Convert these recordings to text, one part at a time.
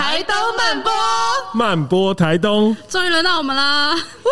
台东慢播， 慢播台东， 终于轮到我们啦！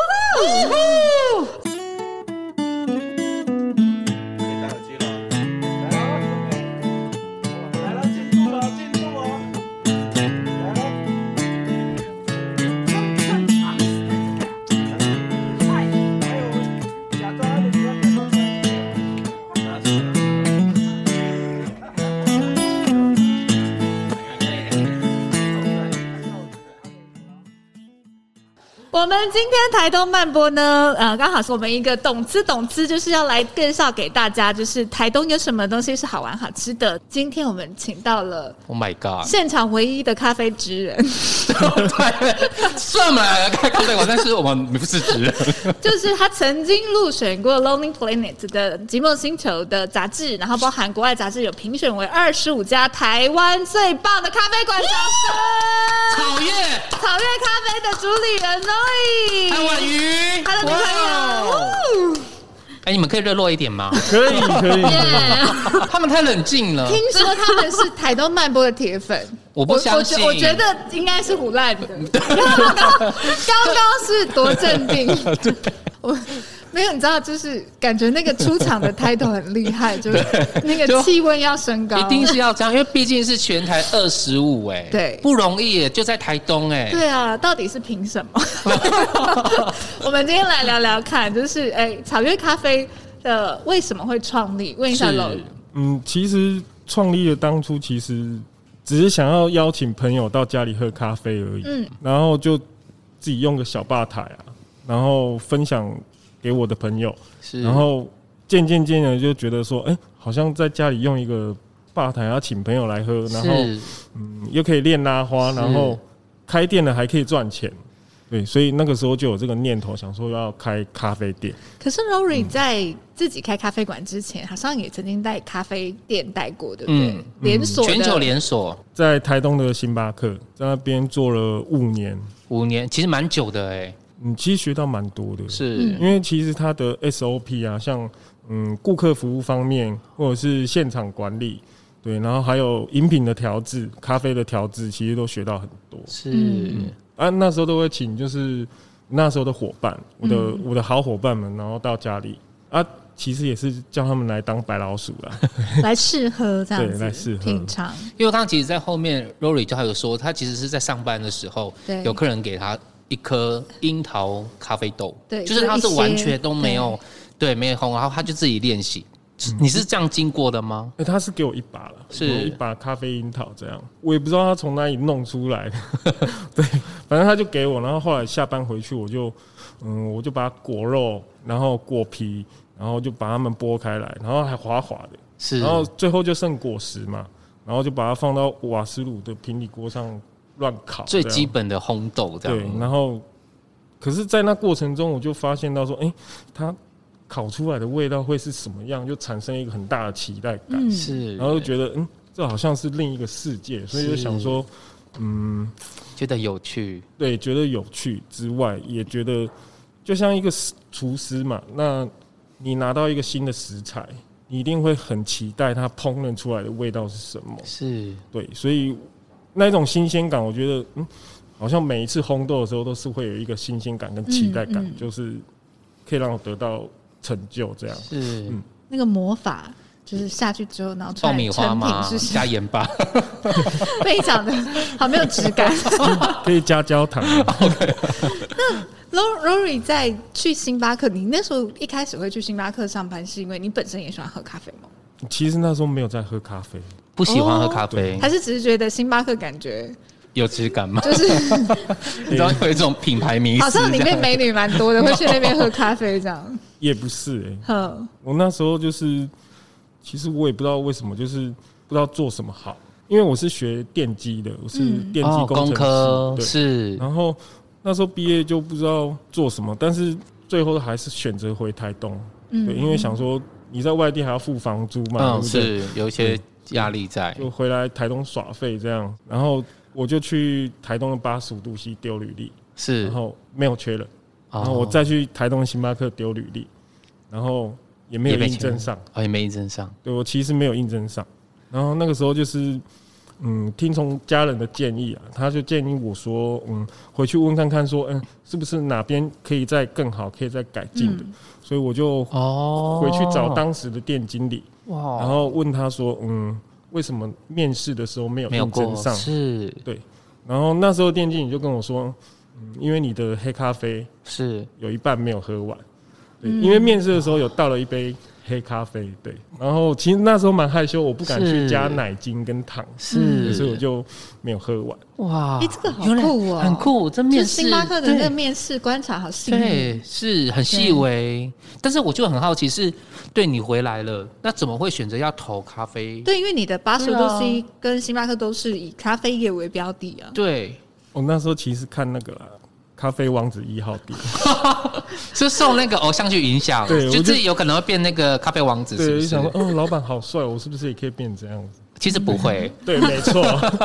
我们今天台东慢播呢，刚好是我们一个懂吃，就是要来介绍给大家，就是台东有什么东西是好玩好吃的。今天我们请到了 ，Oh my God， 现场唯一的咖啡职人， 算我们来开咖啡馆，但是我们不是职人， 就是他曾经入选过 Lonely Planet 的寂寞星球的杂志，然后包含国外杂志有评选为25家台湾最棒的咖啡馆，掌声！ 草月咖啡的主理人 Rory， 还有婉瑜， 他的女朋友。 你们可以热络一点吗？ 可以。 他们太冷静了。 听说他们是台东慢播的铁粉， 我不相信。 我觉得应该是唬烂的。刚刚是多镇定。我没有，你知道，就是感觉那个出场的 title 很厉害，就是那个气温要升高， 一定是要这样，因为毕竟是全台25， 对， 不容易耶，就在台东哎。 对啊，到底是凭什么？我们今天来聊聊看，就是草月咖啡的为什么会创立？问一下楼。 其实创立的当初其实只是想要邀请朋友到家里喝咖啡而已，然后就自己用个小吧台啊，然后分享给我的朋友，然后渐渐的就觉得说，好像在家里用一个吧台要请朋友来喝，然后又可以练拉花，然后开店了还可以赚钱，对，所以那个时候就有这个念头，想说要开咖啡店。 可是 Rory 在自己开咖啡馆之前，好像也曾经带咖啡店带过，对不对？连锁的全球连锁， 在台东的星巴克，在那边做了5年， 其实蛮久的哎。 其实学到蛮多的， 是因为其实它的 SOP 啊，像顾客服务方面，或者是现场管理，对，然后还有饮品的调制、咖啡的调制，其实都学到很多。 是那时候都会请就是那时候的伙伴，我的好伙伴们，然后到家里其实也是叫他们来当白老鼠啦， 来试喝这样子， 对，来试喝品尝。 因为刚刚其实，在后面 Rory 就还有说，他其实是在上班的时候，有客人给他一颗樱桃咖啡豆， 对， 就是他是完全都没有没有烘，然后他就自己练习。你是这样经过的吗？ 他是给我一把了， 是一把咖啡樱桃这样，我也不知道他从哪里弄出来的，对，反正他就给我，然后后来下班回去我就把果肉，然后果皮，然后就把它们剥开来，然后还滑滑的， 是， 然后最后就剩果实嘛，然后就把它放到瓦斯炉的平底锅上乱烤， 最基本的烘豆这样。 对，然后可是，在那过程中，我就发现到说，它烤出来的味道会是什么样，就产生一个很大的期待感， 是， 然后就觉得，这好像是另一个世界，所以就想说， 觉得有趣， 对，觉得有趣之外，也觉得就像一个厨师嘛，那你拿到一个新的食材，你一定会很期待它烹饪出来的味道是什么， 是对，所以那种新鲜感，我觉得，好像每一次烘豆的时候，都是会有一个新鲜感跟期待感，就是可以让我得到成就，这样是。 那个魔法就是下去之后，然后出来爆米花嘛，加盐巴， 非常的好，没有质感， 可以加焦糖。 那 Rory 在去星巴克，你那时候一开始会去星巴克上班，是因为你本身也喜欢喝咖啡吗？ 其实那时候没有在喝咖啡， 不喜欢喝咖啡， 还是只是觉得星巴克感觉有质感吗？ 就是你知道有一种品牌迷思， 好像里面美女蛮多的，会去那边喝咖啡这样。 也不是我那时候就是，其实我也不知道为什么，就是不知道做什么好，因为我是学电机的，我是电机工程师， 是。 然后那时候毕业就不知道做什么，但是最后还是选择回台东，对，因为想说你在外地还要付房租嘛， 是有一些压力在， 就回来台东耍废这样，然后我就去台东的85度 C 丢履历， 是，然后没有缺人，然后我再去台东的星巴克丢履历，然后也没有应征上， 也没应征上。 对，我其实没有应征上。然后那个时候就是听从家人的建议啊，他就建议我说，回去问看看说，是不是哪边可以再更好，可以再改进的。所以我就回去找当时的店经理，然后问他说，为什么面试的时候没有应征上？ 是， 对。然后那时候店经理就跟我说，因为你的黑咖啡是有一半没有喝完，对，因为面试的时候有倒了一杯黑咖啡，对，然后其实那时候蛮害羞，我不敢去加奶精跟糖，所以我就没有喝完。 哇，这个好酷哦， 很酷！这面试， 星巴克的那个面试观察好细腻， 对，是很细微。但是我就很好奇，是对你回来了，那怎么会选择要投咖啡？ 对，因为你的85度 C 跟星巴克都是以咖啡业为标的啊。 对， 我那时候其实看那个啦。咖啡王子1号店是受那个偶像剧影响， 对， 就自己有可能会变那个咖啡王子，是不是？ 对，想说，老板好帅，我是不是也可以变这样子？ 其实不会， 对，没错。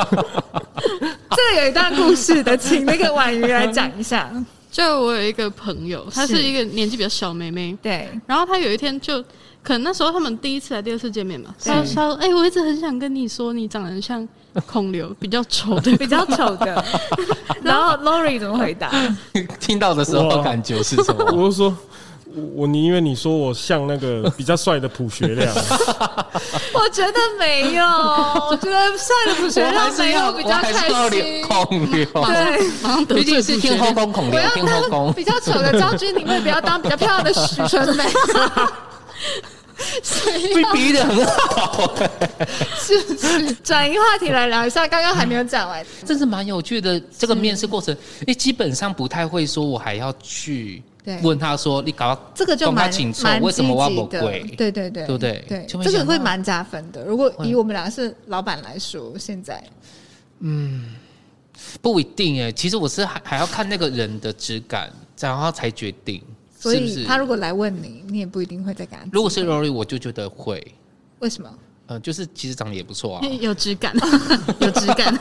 这有一段故事的，请那个婉瑜来讲一下。 就我有一个朋友，她是一个年纪比较小妹妹， 对， 然后她有一天就。可能那时候他们第一次来第二次见面嘛，他说：“我一直很想跟你说，你长得像孔刘，比较丑的， 比较丑的。”然后 Lori 怎么回答？ 听到的时候感觉是什么？ 我就说，我因为你说我像那个比较帅的朴学亮， 我觉得没有，我觉得帅的朴学亮没有比较开心。 孔刘，对，毕竟是天后宫孔刘，天后宫比较丑的张钧甯会比较当比较漂亮的许纯美。 被比喻的很好， 是不是？转移话题来聊一下，刚刚还没有讲完， 这是蛮有趣的这个面试过程。基本上不太会说，我还要去问他说，你搞这个就蛮清楚，为什么我不贵？ 对对对， 对不对？ 对，这个会蛮加分的。如果以我们两个是老板来说，现在， 不一定其实我是还要看那个人的质感，然后才决定。 所以他如果来问你，你也不一定会再跟他。 如果是 Rory， 我就觉得会。 为什么？ 就是其实长得也不错啊， 有质感，有质感。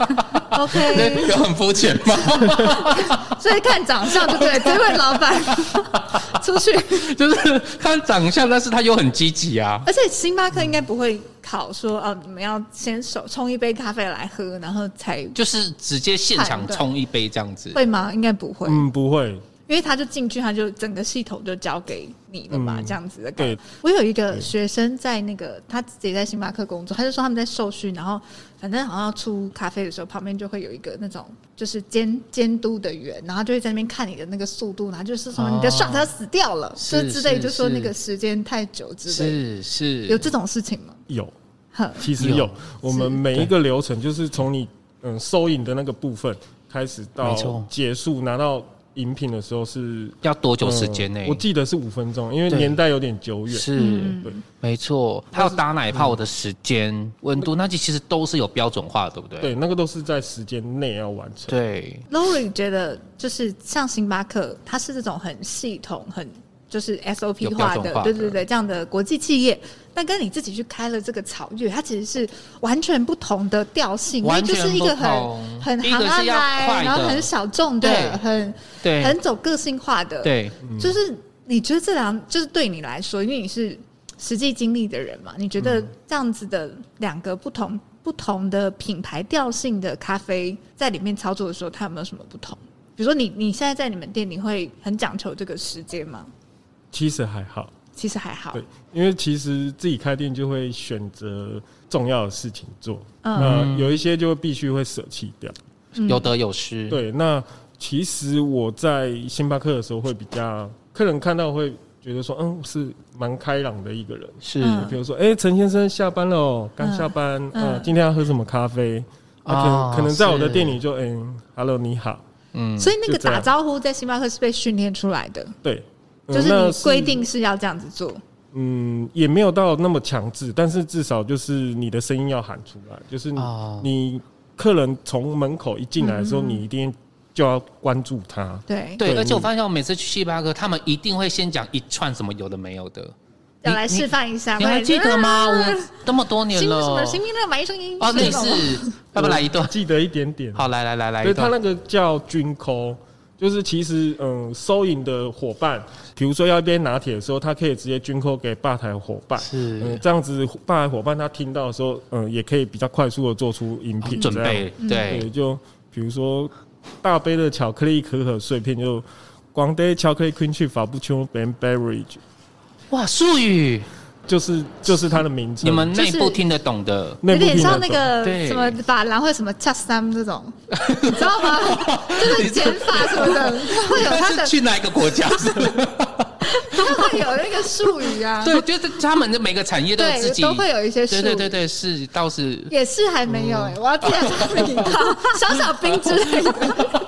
OK， 有很肤浅吗？ 所以看长相就对，这位老板出去就是看长相，但是他又很积极啊。 而且星巴克应该不会考说你们要先冲一杯咖啡来喝，然后才就是直接现场冲一杯这样子， 会吗？应该不会， 不会。 因为他就进去，他就整个系统就交给你了嘛，这样子的感觉。我有一个学生在那个他自己在星巴克工作，他就说他们在受训，然后反正好像要出咖啡的时候，旁边就会有一个那种就是监督的员，然后就会在那边看你的那个速度，然后就是说你的 shot 要死掉了，就之类，就说那个时间太久之类。 是有这种事情吗？ 有，其实有。我们每一个流程就是从你收银的那个部分开始到结束拿到饮品的时候是要多久时间呢？ 我记得是5分钟，因为年代有点久远。 是，对，没错。还有打奶泡的时间、温度，那其实都是有标准化的，对不对？ 对，那个都是在时间内要完成。 对 ，Lori 觉得就是像星巴克，它是这种很系统、很就是 SOP 化的，对对对，这样的国际企业。但跟你自己去开了这个草月，它其实是完全不同的调性，因为就是一个很行安来，然后很小众的，很走个性化的。 对， 就是你觉得这两就是对你来说，因为你是实际经历的人嘛，你觉得这样子的两个不同的品牌调性的咖啡在里面操作的时候，它有没有什么不同？比如说你现在在你们店里会很讲求这个时间吗？ 其实还好。对，因为其实自己开店就会选择重要的事情做，有一些就必须会舍弃掉， 有得有失。 对，那其实我在星巴克的时候会比较，客人看到会觉得说，是蛮开朗的一个人。 是， 比如说，陈先生下班了哦，刚下班，今天要喝什么咖啡？可能在我的店里就，Hello， 你好。 所以那个打招呼在星巴克是被训练出来的。 对。 就是你规定是要这样子做， 也没有到那么强制，但是至少就是你的声音要喊出来，就是你客人从门口一进来的时候，你一定就要关注他。 对， 而且我发现我每次去星巴克，他们一定会先讲一串什么有的没有的。 要来示范一下， 你还记得吗？我这么多年了， 什么新兵的买一送一类似，要不要来一段？ 记得一点点。 好，来， 对，他那个叫军扣。 就是其实收银的伙伴，比如说要一杯拿铁的时候，他可以直接军扣给吧台伙伴， 是这样子吧台伙伴他听到的时候，也可以比较快速的做出饮品准备，对， 就比如说大杯的巧克力可可碎片，就光杯巧克力 cream cheese frappuccino and beverage， 哇，术语。 就是它的名称， 你们内部听得懂的， 有点像那个什么法兰会什么 chat sam 这种，你知道吗？就是减法什么的，会有它的去哪一个国家？ 它会有那个术语啊。 对，就是他们的每个产业都有自己都会有一些术语。 对，是倒是也是还没有我要记得发明到小小兵之类的，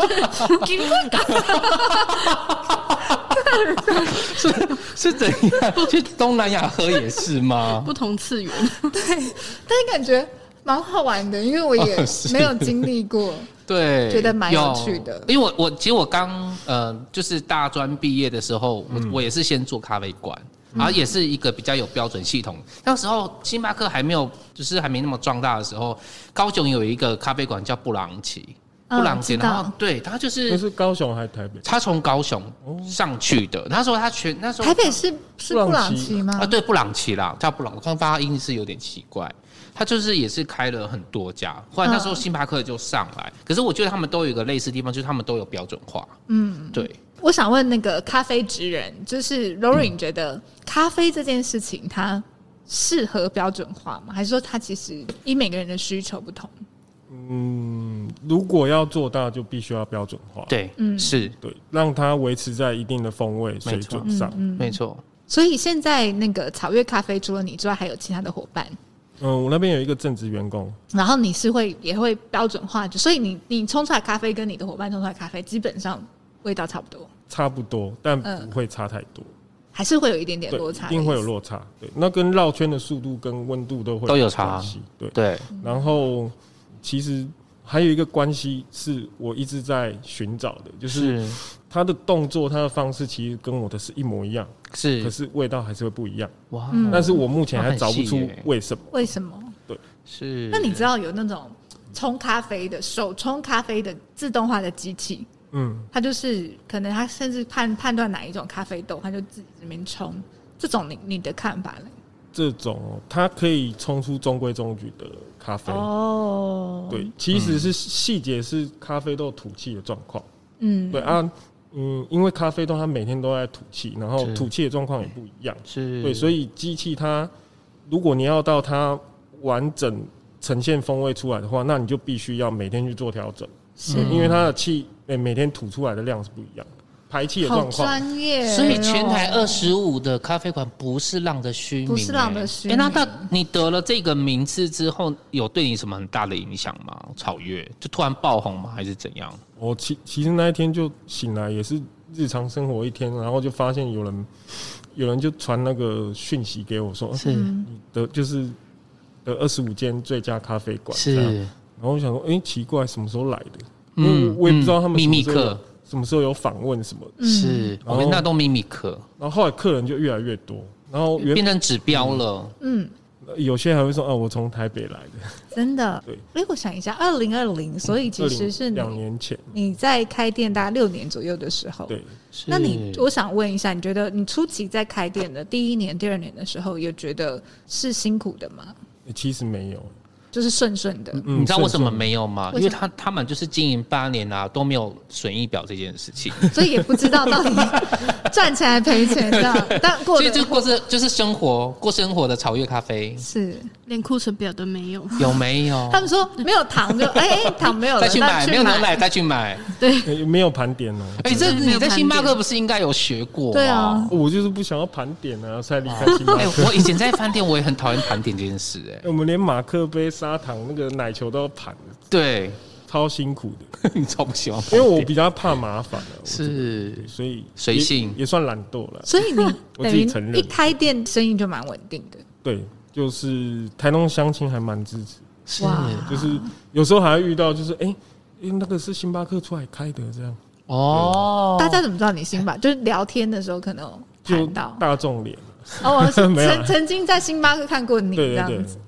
是怎样？去东南亚喝也是吗？ 不同次元。 对，但是感觉蛮好玩的，因为我也没有经历过。 对， 觉得蛮有趣的。 因为其实我刚就是大专毕业的时候，我也是先做咖啡馆，然后也是一个比较有标准系统。那时候星巴克还没有，就是还没那么壮大的时候，高雄有一个咖啡馆叫布朗奇。然后对他就是那是高雄还是台北？ 他从高雄上去的。他说那时候台北是布朗奇吗？ 对，布朗奇啦，叫布朗，看发音是有点奇怪。他就是也是开了很多家，后来那时候星巴克就上来。可是我觉得他们都有一个类似的地方，就是他们都有标准化。对。 我想问那个咖啡职人，就是 Rory， 你觉得咖啡这件事情它适合标准化吗？还是说它其实依每个人的需求不同？ 如果要做到，就必须要标准化。 对，是， 对，让它维持在一定的风味水准上。 没错。所以现在那个草月咖啡除了你之外，还有其他的伙伴？ 我那边有一个正职员工。 然后你是也会标准化，所以你冲出来咖啡跟你的伙伴冲出来咖啡，基本上味道差不多。差不多， 但不会差太多。 还是会有一点点落差， 一定会有落差。对，那跟绕圈的速度跟温度都有差。对。然后其实还有一个关系是我一直在寻找的，就是他的动作、他的方式其实跟我的是一模一样，可是味道还是会不一样。哇！但是我目前还找不出为什么。 为什么？ 对， 是。 那你知道有那种冲咖啡的手冲咖啡的自动化的机器？它就是可能他甚至判断哪一种咖啡豆，他就自己这边冲。这种你的看法呢？ 这种它可以冲出中规中矩的咖啡。对，其实是细节是咖啡豆吐气的状况。对啊，因为咖啡豆它每天都在吐气，然后吐气的状况也不一样。对，所以机器它如果你要到它完整呈现风味出来的话，那你就必须要每天去做调整。因为它的气每天吐出来的量是不一样的，排气的状况。 好专业。 所以全台25的咖啡馆不是浪得虚名， 不是浪得虚名。 那你得了这个名次之后，有对你什么很大的影响吗？草月就突然爆红吗？还是怎样？ 我其实那一天就醒来，也是日常生活一天，然后就发现有人就传那个讯息给我说，你的就是的25间最佳咖啡馆是。然后我想说，奇怪，什么时候来的？因为我也不知道他们秘密客什么时候有访问什么的。 是，我们那都秘密客。 然后后来客人就越来越多，然后变成指标了。 有些还会说，我从台北来的。 真的？对。我想一下，2020，所以其实是 2年前你在开店大概6年左右的时候。 对。 那我想问一下，你觉得你初期在开店的第1年、第2年的时候，有觉得是辛苦的吗？ 其实没有。 就是顺顺的。 你知道为什么没有吗？因为他们就是经营8年啊，都没有损益表这件事情， 所以也不知道到底赚钱还赔钱的。但所以就是过生活的草月咖啡， 是连库存表都没有。 有没有？ 他们说没有糖就糖没有了， 再去买，没有牛奶再去买。 对， 没有盘点哦。 这你在星巴克不是应该有学过？ 对啊， 我就是不想要盘点啊，才离开星巴克。 我以前在饭店我也很讨厌盘点这件事。 我们连马克杯、砂糖那个奶球都要盘， 对， 超辛苦的。 你超不喜欢， 因为我比较怕麻烦是， 所以随性也算懒惰了。 所以你我自己承认， 一开店生意就蛮稳定的。 对，就是台东乡亲还蛮支持。 哇， 就是有时候还会遇到，就是那个是星巴克出来开的这样。 哦， 大家怎么知道你星巴克？就是聊天的时候可能谈到大众脸。 曾经在星巴克看过你这样子。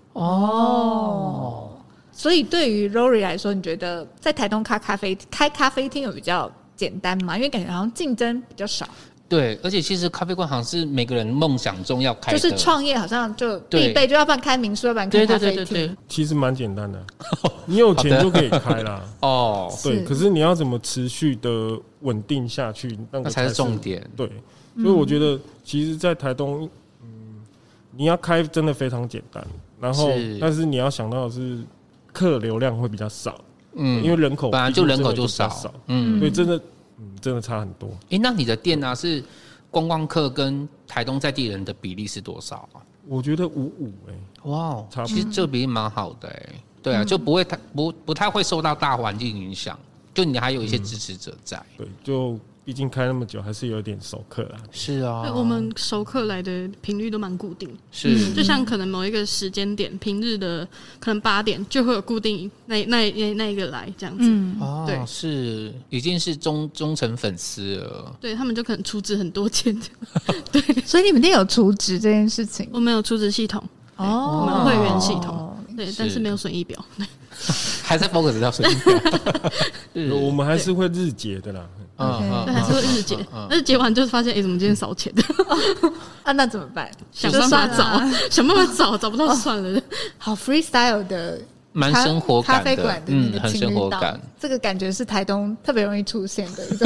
所以对于 Rory 来说，你觉得在台东开咖啡厅有比较简单嘛？因为感觉好像竞争比较少。 对，而且其实咖啡馆好像是每个人梦想中要开的， 就是创业好像就必备，就要不然开民宿，要不然开咖啡厅。 其实蛮简单的，你有钱就可以开啦。 哦， 对，可是你要怎么持续的稳定下去，那才是重点。 对，所以我觉得其实，在台东，你要开真的非常简单，然后但是你要想到的是客流量会比较少，因为人口本来就人口就少，所以真的差很多。 那你的店啊，是观光客跟台东在地人的比例是多少啊？ 我觉得55 哇，其实这个比例蛮好的对啊，就不会不太会受到大环境影响，就你还有一些支持者在。 对，就毕竟开那么久，还是有点熟客啦。 是啊， 我们熟客来的频率都蛮固定， 是就像可能某一个时间点，平日的可能8点就会有固定那一个来这样子。 对，是已经是忠诚粉丝了。 对，他们就可能储值很多钱。对， 所以你们店有储值这件事情？ 我们有储值系统，我们有会员系统，对，但是没有损益表。 还在 focus 到损益表， 我们还是会日结的啦。 对，还是会日结，日结完就发现，怎么今天少钱的？ 那怎么办？ 想办法找，找不到算了。 好 freestyle 的， 蛮生活感的咖啡馆的那个很生活感。 这个感觉是台东特别容易出现的一种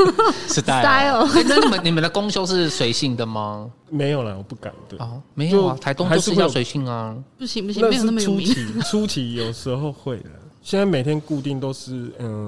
style。那你们的公休是随性的吗？ 没有啦，我不敢。对， 没有啊，台东就是要随性啊。 不行，没有那么有名。 初期有时候会的。现在每天固定都是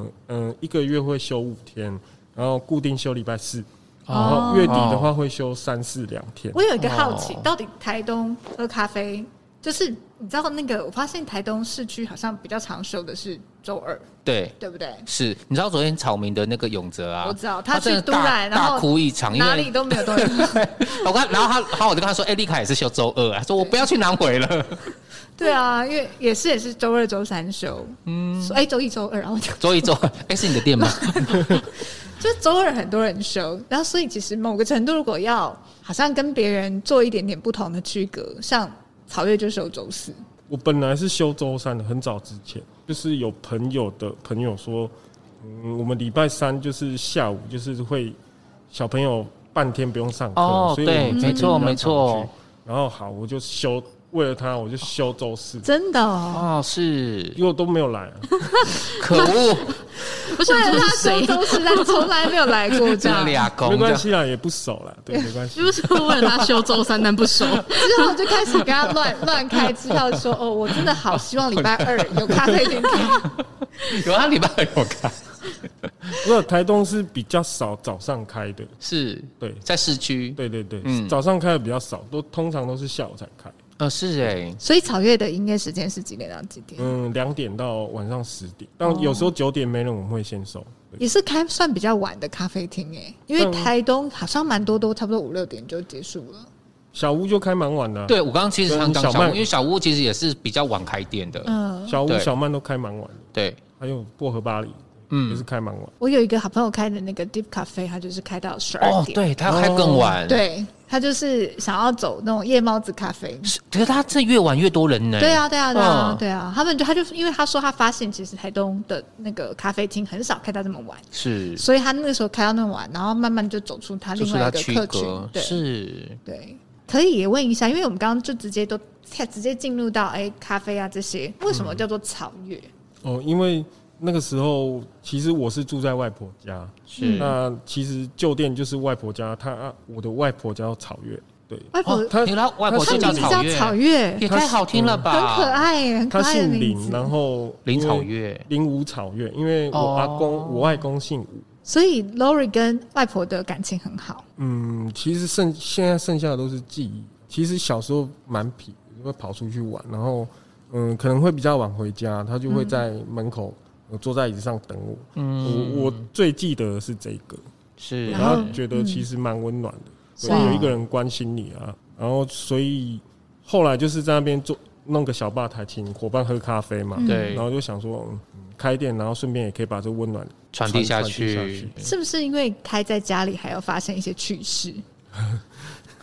1个月会休5天，然后固定休礼拜4，然后月底的话会休3、4、2天。 我有一个好奇，到底台东喝咖啡，就是你知道那个，我发现台东市区好像比较常休的是周2，对不对？ 是，你知道昨天草民的那个永哲啊， 我知道他去都兰，然后大哭一场， 哪里都没有东西。 然后我就跟他说，丽卡也是休周2，他说我不要去南回了。 对啊，因为也是周2、周3休，周1、周2，然后周1、周2，是你的店吗？ 就是周2很多人休，然后所以其实某个程度，如果要好像跟别人做一点点不同的区隔，像草月就休周4。 我本来是休周3的，很早之前，就是有朋友说，我们礼拜3就是下午就是会小朋友半天不用上课，所以对，没错。 然后好，我就休。为了他，我就休周4。 真的是， 因为我都没有来可恶！ 我想为了他休周4，但从来没有来过，这样没关系啦，也不熟啦，对，没关系。 就是为了他休周3，但不熟， 之后就开始跟他乱开支票，说我真的好希望礼拜2有咖啡厅开。 有啊，礼拜2有开。 不是，台东是比较少早上开的， 是， 对， 在市区， 对，早上开的比较少，通常都是下午才开。 是所以草月的营业时间是几点到几点 ？2点到晚上10点，但有时候9点没人，我们会先收。 也是开算比较晚的咖啡厅因为台东好像蛮多都差不多5、6点就结束了。 小屋就开蛮晚的。 对，我刚刚其实想讲小屋，因为小屋其实也是比较晚开店的。 小屋、小曼都开蛮晚的。 对， 还有薄荷巴黎。也是开蛮晚。 我有一个好朋友开的那个 Deep Cafe， 他就是开到12点。 对，他要开更晚。 对，他就是想要走那种夜猫子咖啡。 可是他这越晚越多人呢。 对啊，他就因为他说他发现其实台东的那个咖啡厅很少开到这么晚，是，所以他那个时候开到那么晚，然后慢慢就走出他另外一个客群。对， 是， 对。可以也问一下，因为我们刚刚就直接进入到咖啡啊这些，为什么叫做草月？ 因为那个时候其实我是住在外婆家，是那其实旧店就是外婆家，我的外婆叫草月，对， 外婆外婆姓叫草月， 也太好听了吧， 很可爱耶，很可爱的名字。 他姓林，然后林草月， 林吴草月，因为我外公姓吴。 所以 Lori 跟外婆的感情很好。 其实现在剩下的都是记忆。其实小时候蛮皮，会跑出去玩，然后可能会比较晚回家，他就会在门口坐在椅子上等我。我最记得的是这个， 是， 然后觉得其实蛮温暖的，有一个人关心你啊。然后所以后来就是在那边弄个小吧台，请伙伴喝咖啡嘛。对，然后就想说开店，然后顺便也可以把这温暖传递下去。 是不是因为开在家里还要发生一些趣事？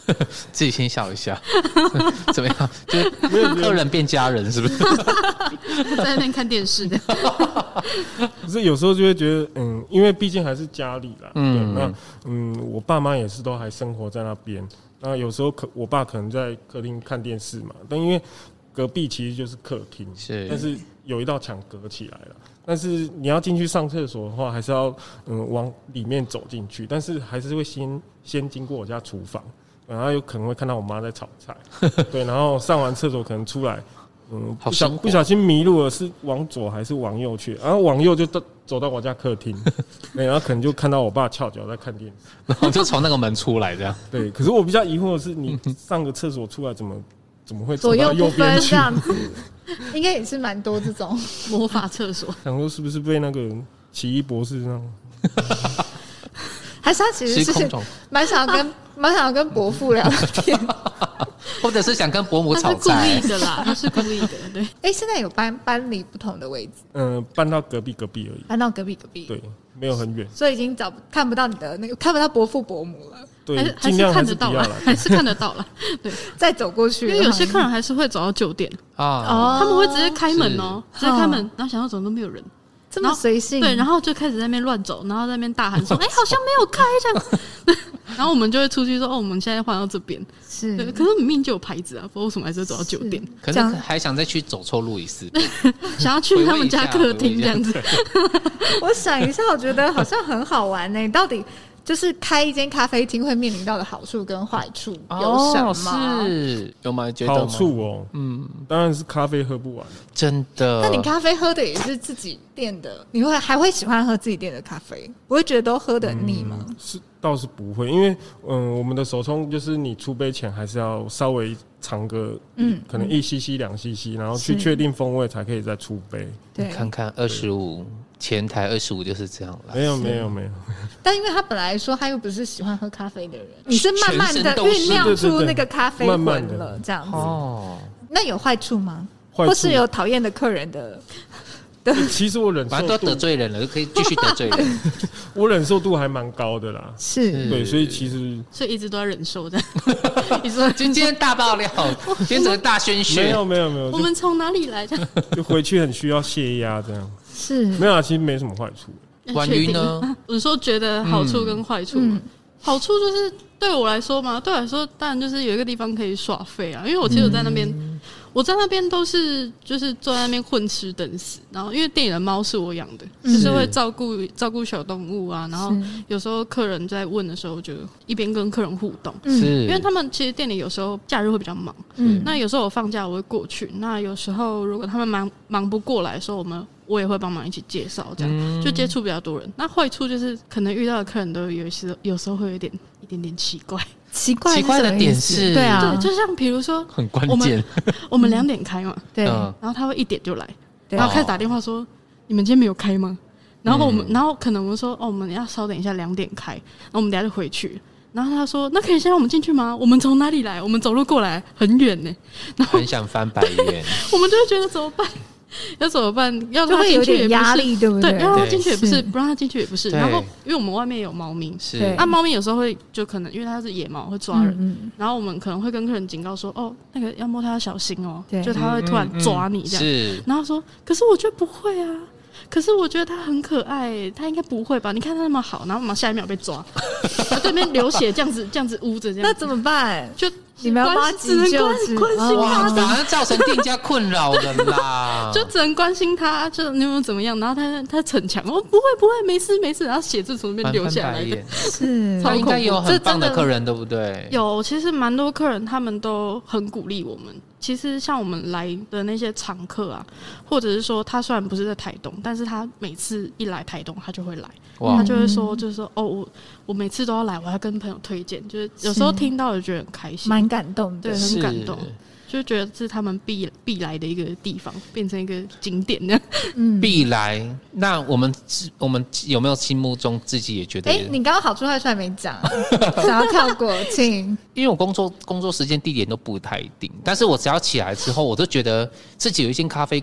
自己先笑一下，怎么样？就是客人变家人是不是？ 在那边看电视的。 可是有时候就会觉得，因为毕竟还是家里啦，那我爸妈也是都还生活在那边，那有时候我爸可能在客厅看电视嘛，但因为隔壁其实就是客厅，但是有一道墙隔起来了。但是你要进去上厕所的话，还是要往里面走进去，但是还是会先经过我家厨房，然后有可能会看到我妈在炒菜，对，然后上完厕所可能出来，不小心迷路了，是往左还是往右去？然后往右就走到我家客厅，对，然后可能就看到我爸翘脚在看电视， 然后就从那个门出来这样。 对，可是我比较疑惑的是，你上个厕所出来怎么会走左右到右不分边去？ 这样子，应该也是蛮多这种魔法厕所。 想说是不是被那个奇异博士那样？ 还是他其实是蛮想要跟伯父聊天， 或者是想跟伯母吵架。 他是故意的啦，他是故意的。对， 现在有搬离不同的位置， 搬到隔壁而已， 搬到隔壁， 对，没有很远， 所以已经看不到你的看不到伯父伯母了。 对， 还是看得到了，还是看得到了。对， 再走过去， 因为有些客人还是会走到酒店啊，他们会直接开门直接开门，然后想要怎么都没有人， 这么随性。 对，然后就开始在那边乱走，然后在那边大喊说：“好像没有开这样。”然后我们就会出去说：“我们现在换到这边。”是，可是明明就有牌子啊，不知道为什么还是走到酒店。 可是还想再去走错路一次， 想要去他们家客厅这样子。 我想一下，我觉得好像很好玩呢。到底就是开一间咖啡厅会面临到的好处跟坏处有什么？ 是有吗？觉得好处哦，当然是咖啡喝不完， 真的。 那你咖啡喝的也是自己店的，你还会喜欢喝自己店的咖啡？不会觉得都喝得很腻吗？ 倒是不会，因为我们的手冲就是你出杯前还是要稍微尝个可能1cc 2cc，然后去确定风味才可以再出杯。 对， 看看25。前台25就是这样了， 没有。 但因为他本来说他又不是喜欢喝咖啡的人，你是慢慢的酝酿出那个咖啡魂了，这样子。哦，那有坏处吗？或是有讨厌的客人的？ 其实我忍受度， 反正都得罪人了，就可以继续得罪人。 我忍受度还蛮高的啦， 是对，所以一直都在忍受的。 你说今天大爆料，今天整个大宣泄， 没有， 我们从哪里来？ 就回去很需要泄压这样。 是没有啊，其实没什么坏处。 关于呢， 我说觉得好处跟坏处，好处就是对我来说嘛，对我来说当然就是有一个地方可以耍废啊，因为我其实我在那边都是就是坐在那边混吃等死，然后因为店里的猫是我养的，就是会照顾小动物啊，然后有时候客人在问的时候，就一边跟客人互动，因为他们其实店里有时候假日会比较忙，那有时候我放假我会过去，那有时候如果他们忙不过来的时候，我也会帮忙一起介绍，这样就接触比较多人。那坏处就是可能遇到的客人都有时候会有一点点奇怪。 奇怪的点是， 对啊， 对，就像比如说很关键， 我们2点开嘛， 对， 然后他会1点就来，然后开始打电话说你们今天没有开吗？然后可能我们说我们要稍等一下2点开，然后我们等一下就回去。然后他说那可以先让我们进去吗？我们从哪里来？我们走路过来很远呢，然后很想翻白眼， 我们就会觉得怎么办？要怎么办？要让他进去也不是压力，对不对？ 对，让他进去也不是，不让他进去也不是。然后，因为我们外面有猫咪，猫咪有时候会就可能因为它是野猫会抓人，然后我们可能会跟客人警告说，那个要摸它要小心哦，就它会突然抓你这样。然后说，可是我觉得不会啊，可是我觉得它很可爱，它应该不会吧？你看它那么好，然后我们下一秒被抓，然后对面流血这样子捂着这样， 那怎么办？ 就你们要帮他急救， 关心他， 反而造成店家困扰的啦。 就只能关心他，就你有没有怎么样？然后他逞强，不会，没事，然后血就从那边流下来的。 是， 他应该有很棒的客人，对不对？ 有，其实蛮多客人他们都很鼓励我们。其实像我们来的那些常客啊，或者是说他虽然不是在台东，但是他每次一来台东，他就会来，他就会说，就是说我每次都要来，我要跟朋友推荐，就是有时候听到就觉得很开心， 蛮感动的， 对，很感动，就觉得是他们必来的一个地方，变成一个景点这样。 必来。那我们有没有心目中自己也觉得？ 你刚刚好处坏处还没讲，想要跳过，请。 因为我工作时间地点都不太定，但是我只要起来之后，我都觉得自己有一间咖啡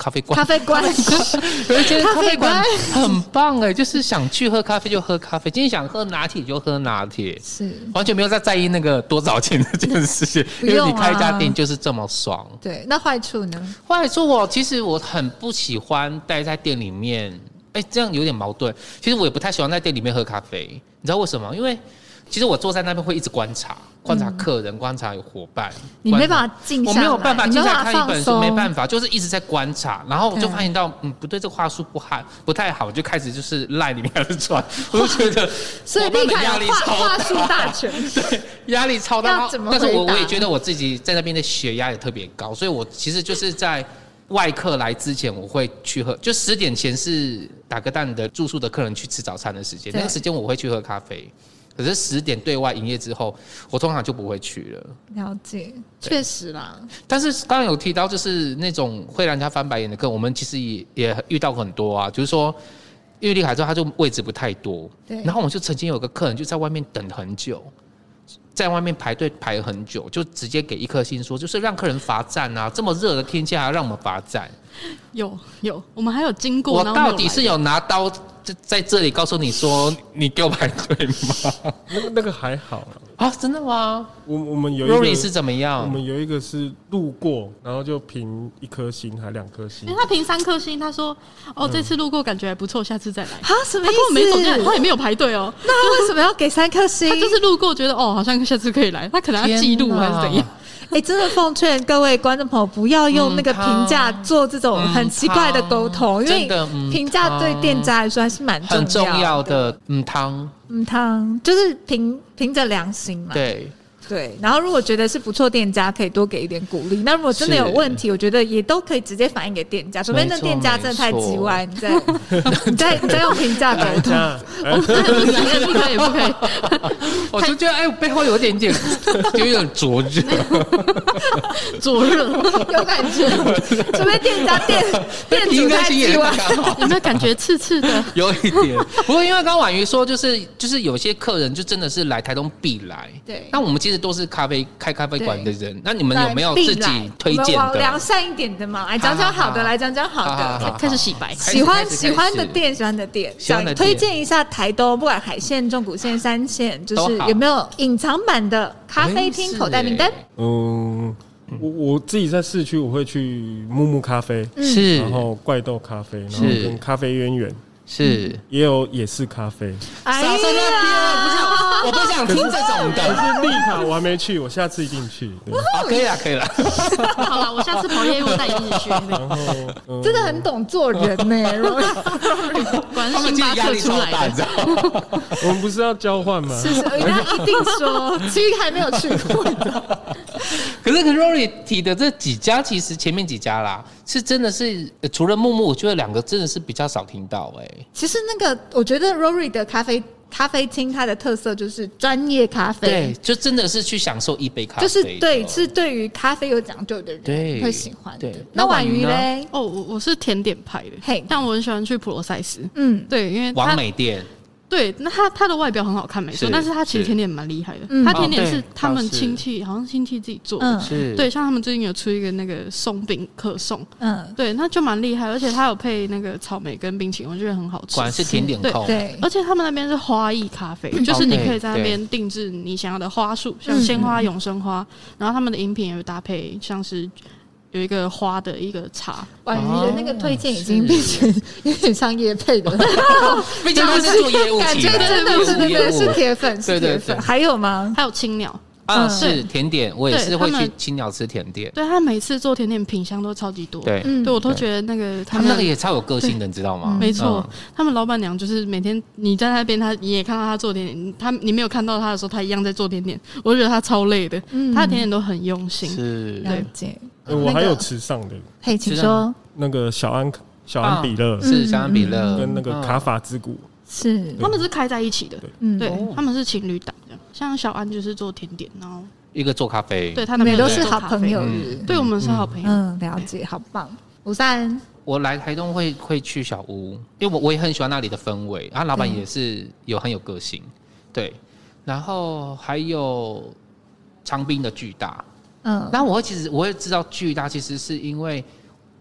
咖啡馆， 咖啡馆， 我就觉得咖啡馆很棒哎，就是想去喝咖啡就喝咖啡，今天想喝拿铁就喝拿铁， 是完全没有在意那个多少钱这件事情，因为你开一家店就是这么爽。 对，那坏处呢？ 坏处其实我很不喜欢待在店里面，这样有点矛盾。其实我也不太喜欢在店里面喝咖啡，你知道为什么？因为其实我坐在那边会一直观察客人，观察有伙伴。 你没办法静下来， 我没有办法静下来看一本书，没办法， 法， 就是一直在观察，然后我就发现到，不对，这个话术不太好，我就开始就是赖里面开始传，我就觉得， 所以立刻压力超话术大全， 对，压力超大。但是我也觉得我自己在那边的血压也特别高，所以我其实就是在外客来之前，我会去喝，就10点前是打个蛋的住宿的客人去吃早餐的时间，那个时间我会去喝咖啡。可是10点对外营业之后，我通常就不会去了。 了解，确实啦。 但是刚刚有提到，就是那种会让人家翻白眼的客，我们其实也遇到很多啊。就是说，因为丽凯之后他就位置不太多， 对。 然后我们就曾经有个客人就在外面等很久，在外面排队排很久，就直接给1颗星说，就是让客人罚站啊！这么热的天气还要让我们罚站。 有，我们还有经过。 我到底是有拿刀在这里告诉你说你给我排队吗？ 那个还好啊，真的吗？ 我们有一个 Rory 是怎么样？ 我们有一个是路过，然后就评1颗星还2颗星， 因为他评3颗星，他说这次路过感觉还不错，下次再来。 啊，什么意思？ 他根本没走进来，他也没有排队哦。 那他为什么要给3颗星？ 他就是路过觉得好像下次可以来，他可能要记录还是怎样。 真的奉劝各位观众朋友不要用那个评价做这种很奇怪的沟通，因为评价对店家来说还是蛮很重要的。 汤就是凭着良心嘛。对，然后如果觉得是不错店家，可以多给一点鼓励。那如果真的有问题，我觉得也都可以直接反映给店家，除非那店家真的太叽歪，你再用评价沟通。 不可以。 我就觉得背后有点灼热， 有感觉。除非店主太叽歪， 有没有感觉刺刺的？ 有一点。不过因为刚刚婉瑜说，就是有些客人就真的是来台东必来。 对。 那我们其实都是开咖啡馆的人，那你们有没有自己推荐的？ 往良善一点的嘛，来讲讲好的，来讲讲好的， 开始洗白。 喜欢的店，想推荐一下台东，不管海线、中古线、山线，就是有没有隐藏版的咖啡厅口袋名单？ 我自己在市区，我会去木木咖啡， 是， 然后怪豆咖啡，然后跟咖啡渊源。 是， 也有也是咖啡。 傻在那边，我不想听这种的。 可是丽卡我还没去，我下次一定去。 可以了。 好了，我下次跑业务带你一起去。 然后真的很懂做人呢， 果然是星巴克出来的。 我们不是要交换吗？ 是，人家一定说，其实还没有去过的。 可是 Rory 提的这几家，其实前面几家啦，是真的是除了木木，我觉得2个真的是比较少听到其实那个，我觉得 Rory 的咖啡厅，它的特色就是专业咖啡， 对，就真的是去享受一杯咖啡， 就是是对于咖啡有讲究的人会喜欢。对，那婉瑜嘞？ 我是甜点派的，但我很喜欢去普罗塞斯。对，因为王美店。 对，那它的外表很好看，没错，但是它其实甜点蛮厉害的。它甜点是他们亲戚，好像亲戚自己做的。对，像他们最近有出一个那个松饼可颂，对，那就蛮厉害，而且它有配那个草莓跟冰淇淋，我觉得很好吃。 果然是甜点控。 对， 而且他们那边是花艺咖啡，就是你可以在那边定制你想要的花束，像鲜花、永生花，然后他们的饮品也会搭配像是。有一个花的一个茶， 婉瑜的那个推荐已经变成有点像业配的， 毕竟他是做业务， 感觉真的是铁粉，是铁粉。还有吗？ 还有青鸟是甜点，我也是会去青鸟吃甜点。 对，他每次做甜点品相都超级多，对，我都觉得那个他们那个也超有个性的，你知道吗？ 没错，他们老板娘就是每天你在那边，你也看到他做甜点，你没有看到他的时候，他一样在做甜点。我觉得他超累的，他的甜点都很用心。 是， 了解。 我还有池上的， 嘿，请说。 那个小安比乐是小安比乐跟那个卡法之谷是， 他们是开在一起的，对，他们是情侣档这样。像小安就是做甜点，然后一个做咖啡， 对他们都是好朋友， 对我们是好朋友。 了解，好棒。53， 我来台东会去小屋，因为我也很喜欢那里的氛围，然后老板也是很有个性，对，然后还有长滨的巨大。然后我会知道巨大其实是因为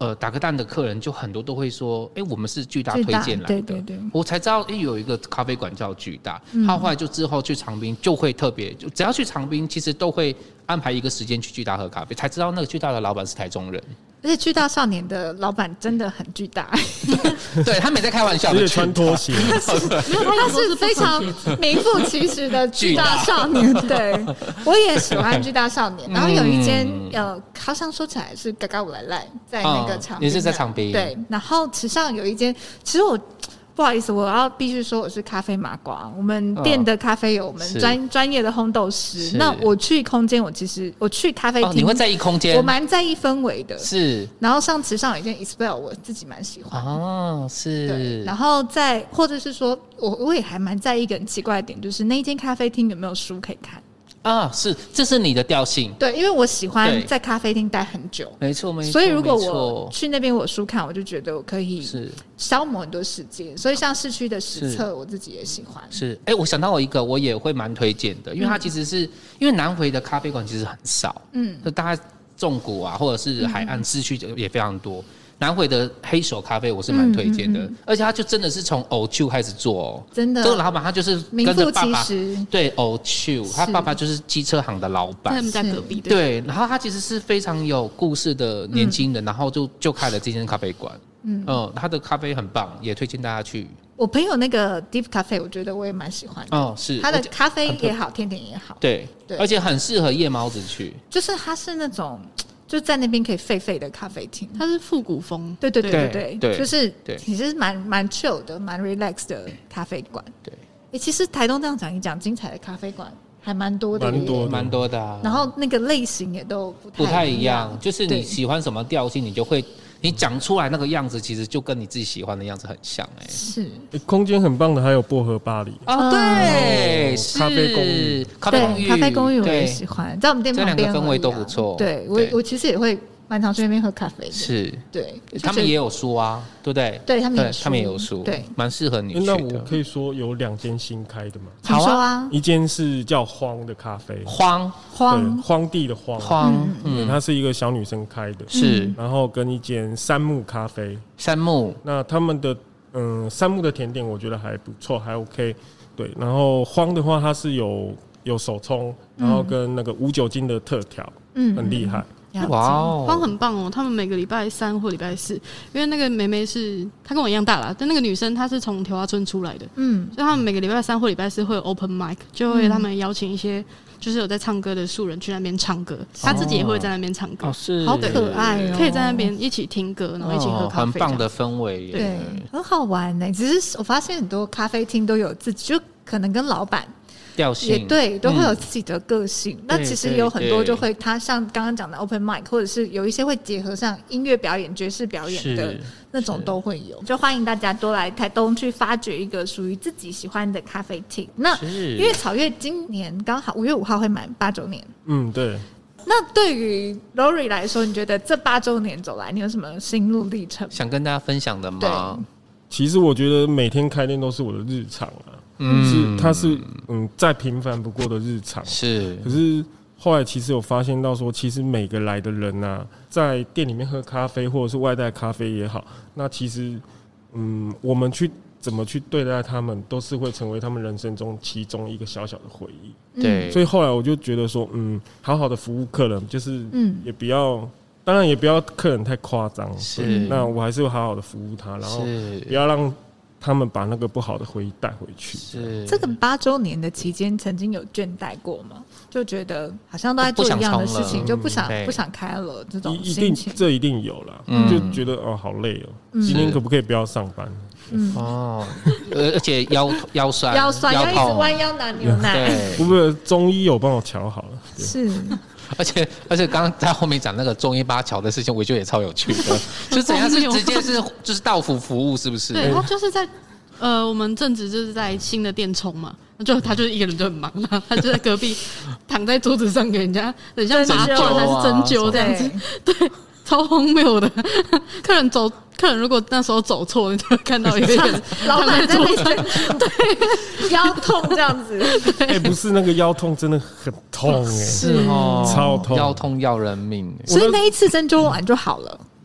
打个蛋的客人就很多都会说，我们是巨大推荐来的， 对， 我才知道，有一个咖啡馆叫巨大，他后来就之后去长滨就会特别，只要去长滨，其实都会安排一个时间去巨大喝咖啡，才知道那个巨大的老板是台中人。 而且巨大少年的老板真的很巨大， 对他没在开玩笑， 而且穿拖鞋， 他是非常名副其实的巨大少年。对，我也喜欢巨大少年。然后有一间好像说起来是嘎嘎乌来赖，在那个长滨， 也是在长滨。 对，然后池上有一间，其实我。不好意思，我必须说我是咖啡麻瓜。我们店的咖啡有我们专业的烘豆师。那我去空间，我去咖啡厅， 你会在意空间？ 我蛮在意氛围的。 是。 然后像池上有一间 Expel， 我自己蛮喜欢。 哦，是。 对。然后或者是说，我也还蛮在意一个很奇怪的点，就是那一间咖啡厅有没有书可以看。 啊，是，这是你的调性。 对，因为我喜欢在咖啡厅待很久， 没错。 所以如果我去那边我书看，我就觉得我可以消磨很多时间。所以像市区的实测，我自己也喜欢。 是，我想到一个，我也会蛮推荐的，因为它其实是因为南回的咖啡馆其实很少，就大概纵谷啊，或者是海岸市区也非常多。南回的黑手咖啡我是蛮推荐的，而且他就真的是从偶丘开始做哦， 真的。 这个老板他就是跟着爸爸，对偶丘，他爸爸就是机车行的老板， 在他们家隔壁。 对，然后他其实是非常有故事的年轻人，然后就开了这间咖啡馆。他的咖啡很棒，也推荐大家去。 我朋友那个 Deep Cafe， 我觉得我也蛮喜欢的。 哦，是， 他的咖啡也好，甜点也好。 对，而且很适合夜猫子去。 就是他是那种。就在那边可以废的咖啡厅， 它是复古风， 对，就是其实蛮 chill 的，蛮 relax 的咖啡馆。对，其实台东这样讲一讲，精彩的咖啡馆还蛮多的， 蛮多的啊。 然后那个类型也都不太一样，就是你喜欢什么调性，你就会。你讲出来那个样子，其实就跟你自己喜欢的样子很像是， 空间很棒的，还有薄荷巴黎对， 咖啡公寓， 咖啡公寓我也喜欢，在我们店旁边， 这两个氛围都不错。 对，我其实也会蛮常去那边喝咖啡的。 是， 对， 他们也有书啊，对不对？ 对，他们也有书， 对， 蛮适合你去的。 那我可以说有2间新开的吗？ 好啊， 一间是叫荒的咖啡，荒地的荒，它是一个小女生开的， 是， 然后跟一间山木咖啡，那他们的山木的甜点我觉得还不错，还 OK， 对，然后荒的话它是有手冲，然后跟那个无酒精的特调，很厉害。 哇哦，荒很棒哦！他们每个礼拜3或礼拜4，因为那个妹妹是她跟我一样大啦，但那个女生她是从田花村出来的，所以他们每个礼拜3或礼拜4会有 open mic， 就会他们邀请一些就是有在唱歌的素人去那边唱歌，她自己也会在那边唱歌， 是好可爱哦！ 可以在那边一起听歌，然后一起喝咖啡， 很棒的氛围， 对，很好玩呢。只是我发现很多咖啡厅都有自己，就可能跟老板。 调性也对，都会有自己的个性。那其实有很多就会，他像刚刚讲的 open mic， 或者是有一些会结合上音乐表演、爵士表演的那种都会有。就欢迎大家多来台东去发掘一个属于自己喜欢的咖啡厅。那因为草月今年刚好5月5号会满8周年， 对。 那对于 Lori 来说，你觉得这8周年走来，你有什么心路历程想跟大家分享的吗？ 其实我觉得每天开店都是我的日常啊。它是再平凡不过的日常。 是， 可是后来其实有发现到说，其实每个来的人啊，在店里面喝咖啡或者是外带咖啡也好，那其实我们怎么去对待他们，都是会成为他们人生中其中一个小小的回忆。 对， 所以后来我就觉得说，好好的服务客人，就是也不要。当然也不要客人太夸张，那我还是会好好的服务他，然后不要让他们把那个不好的回忆带回去。 这个8周年的期间，曾经有倦怠过吗？就觉得好像都在做一样的事情，就不想开了这种心情。 这一定有啦，就觉得好累哦，今天可不可以不要上班？ 而且腰酸， 要一直弯腰拿牛奶。 不，中医有帮我调好了。 是。 而且刚刚在后面讲那个中医8桥的事情，我觉得也超有趣的，就怎样是直接就是到府服务，是不是？ 对，他就是在我们正值就是在新的店冲嘛，他就是一个人就很忙嘛，他就在隔壁躺在桌子上给人家很像麻醉还是针灸这样子，对，超荒谬的。客人如果那时候走错，你就会看到一个人老板在那边对腰痛这样子。 不是那个腰痛真的很痛是哦， 超痛， 腰痛要人命。 所以那一次针灸完就好了。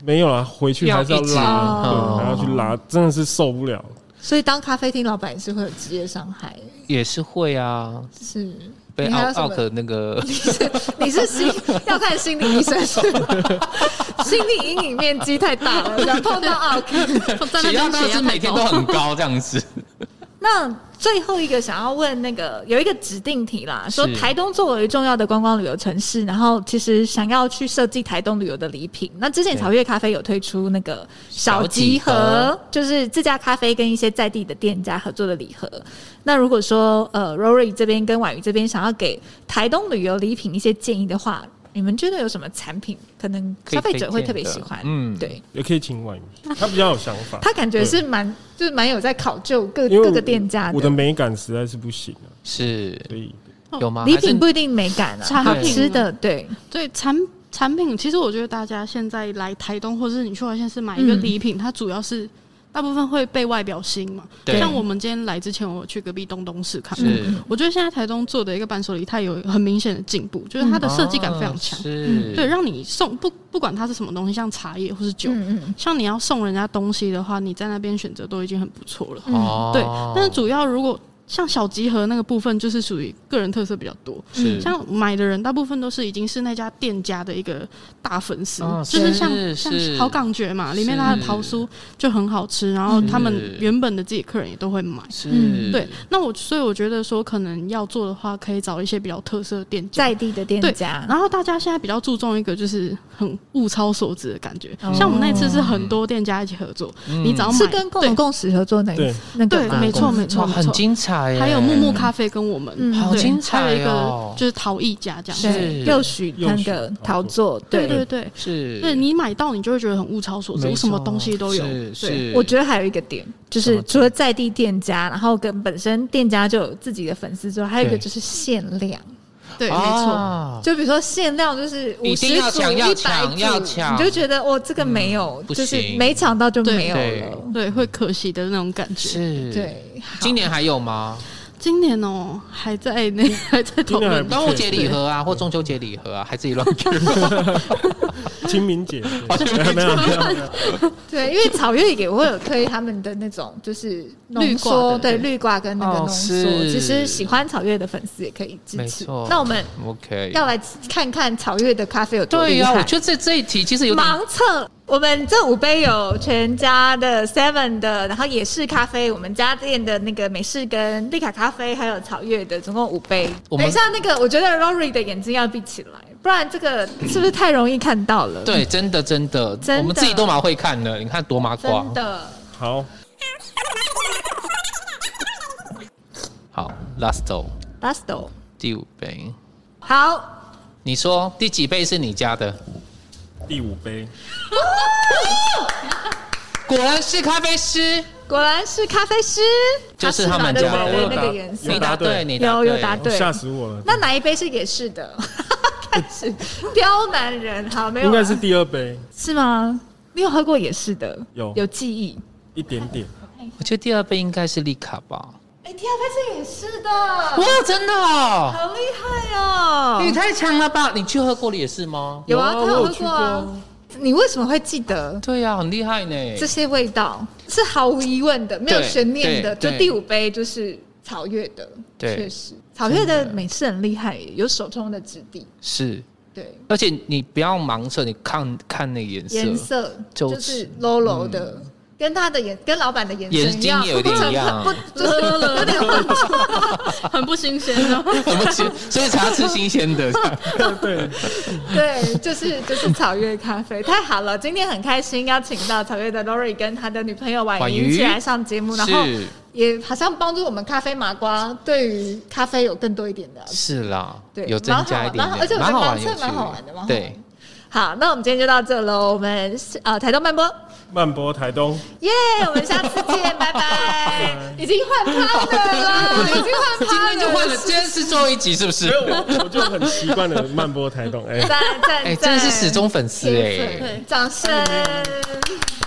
没有啦，回去还是要拉，对，还要去拉，真的是受不了。 所以当咖啡厅老板也是会有职业伤害， 也是会啊， 是。 被奥克那个， 你是要看心理医生是吗？心理阴影面积太大了，想碰到奥克， 血压当时每天都很高这样子。 那最后一个想要问那个有一个指定题啦，说台东作为重要的观光旅游城市，然后其实想要去设计台东旅游的礼品。那之前草月咖啡有推出那个小集合，就是自家咖啡跟一些在地的店家合作的礼盒。那如果说Rory 这边跟婉瑜这边想要给台东旅游礼品一些建议的话，你们觉得有什么产品可能消费者会特别喜欢？对， 也可以请婉瑜，他比较有想法， 他感觉是就是蛮有在考究各个店家的。 我的美感实在是不行啊， 是， 所以有吗？ 礼品不一定美感啊，好吃的，对产品，其实我觉得大家现在来台东，或者是你去外县市买一个礼品，它主要是。大部分会被外表吸引嘛，像我们今天来之前，我去隔壁东市看过。我觉得现在台东做的一个伴手礼，它有很明显的进步，就是它的设计感非常强，对，让你送不管它是什么东西，像茶叶或是酒，像你要送人家东西的话，你在那边选择都已经很不错了，对。但是主要如果像小集合那个部分，就是属于个人特色比较多。像买的人大部分都是已经是那家店家的一个大粉丝，就是像好港觉嘛，里面它的桃酥就很好吃，然后他们原本的自己客人也都会买。对，那所以我觉得说，可能要做的话，可以找一些比较特色的店家， 在地的店家。 然后大家现在比较注重一个就是很物超所值的感觉，像我们那次是很多店家一起合作，你只要买是跟共同共识合作那个对，没错， 很精彩。 还有木木咖啡跟我们， 好精彩哦！ 还有一个就是陶艺家这样子， 又许那个陶作，对， 是， 对你买到你就会觉得很物超所值，什么东西都有。 对，我觉得还有一个点就是除了在地店家，然后跟本身店家就有自己的粉丝之外，还有一个就是限量。 对，没错， 就比如说限量就是50组、100组，你就觉得这个没有，就是没抢到就没有了， 对，会可惜的那种感觉。 是， 对。 今年还有吗？ 今年还在讨论端午节礼盒啊，或中秋节礼盒啊，还自己乱 Q。 清明节没有。 对，因为草月也会有推他们的那种就是浓缩，对，绿挂跟那个浓缩，其实喜欢草月的粉丝也可以支持。那我们 OK 要来看看草月的咖啡有多厉害。 对啊，我觉得这一题其实有点盲测。我们这5杯有全家的 Seven 的，然后也是咖啡，我们家店的那个美式跟丽卡咖啡，还有草月的，总共5杯。等一下那个，我觉得 Rory 的眼睛要闭起来，不然这个是不是太容易看到了？ 对，真的，我们自己都蛮会看的，你看多麻瓜。 真的。 好 ，Lasto 第5杯。 好， 你说第几杯是你家的？ 第5杯。 果然是咖啡师，就是他们家的那个颜色。 你答对， 有答对， 吓死我了。 那哪一杯是也是的？开始刁难人，好，没有， 应该是第2杯， 是吗？你有喝过也是的， 有记忆一点点。 我觉得第2杯应该是丽卡吧。 第2杯是也是的， 哇，真的哦， 好厉害哦！ 你太强了吧？你去喝过也是吗？ 有啊，他有喝过啊。你为什么会记得？ 对啊，很厉害呢。 这些味道是毫无疑问的，没有悬念的。就第5杯就是草月的，确实，草月的美式很厉害，有手冲的质地。 是， 对。 而且你不要盲测，你看那颜色就是 low 的。跟老板的眼神一样， 有点一样， 就是有点很不新鲜的， 很不新，所以才要吃新鲜的。 对，就是草月咖啡，太好了！今天很开心邀请到草月的 Rory 跟他的女朋友婉瑜一起来上节目，然后也好像帮助我们咖啡麻瓜对于咖啡有更多一点的。 是啦， 对， 有增加一点， 而且我觉得蛮好玩的， 对。 好，那我们今天就到这喽。我们台东慢播台东， 耶！我们下次见，拜拜。已经换趴的了，已经换趴了， 今天就换了，今天是最后一集是不是？ 我就很习惯的慢播台东， 赞， 真的是死忠粉丝对，掌声。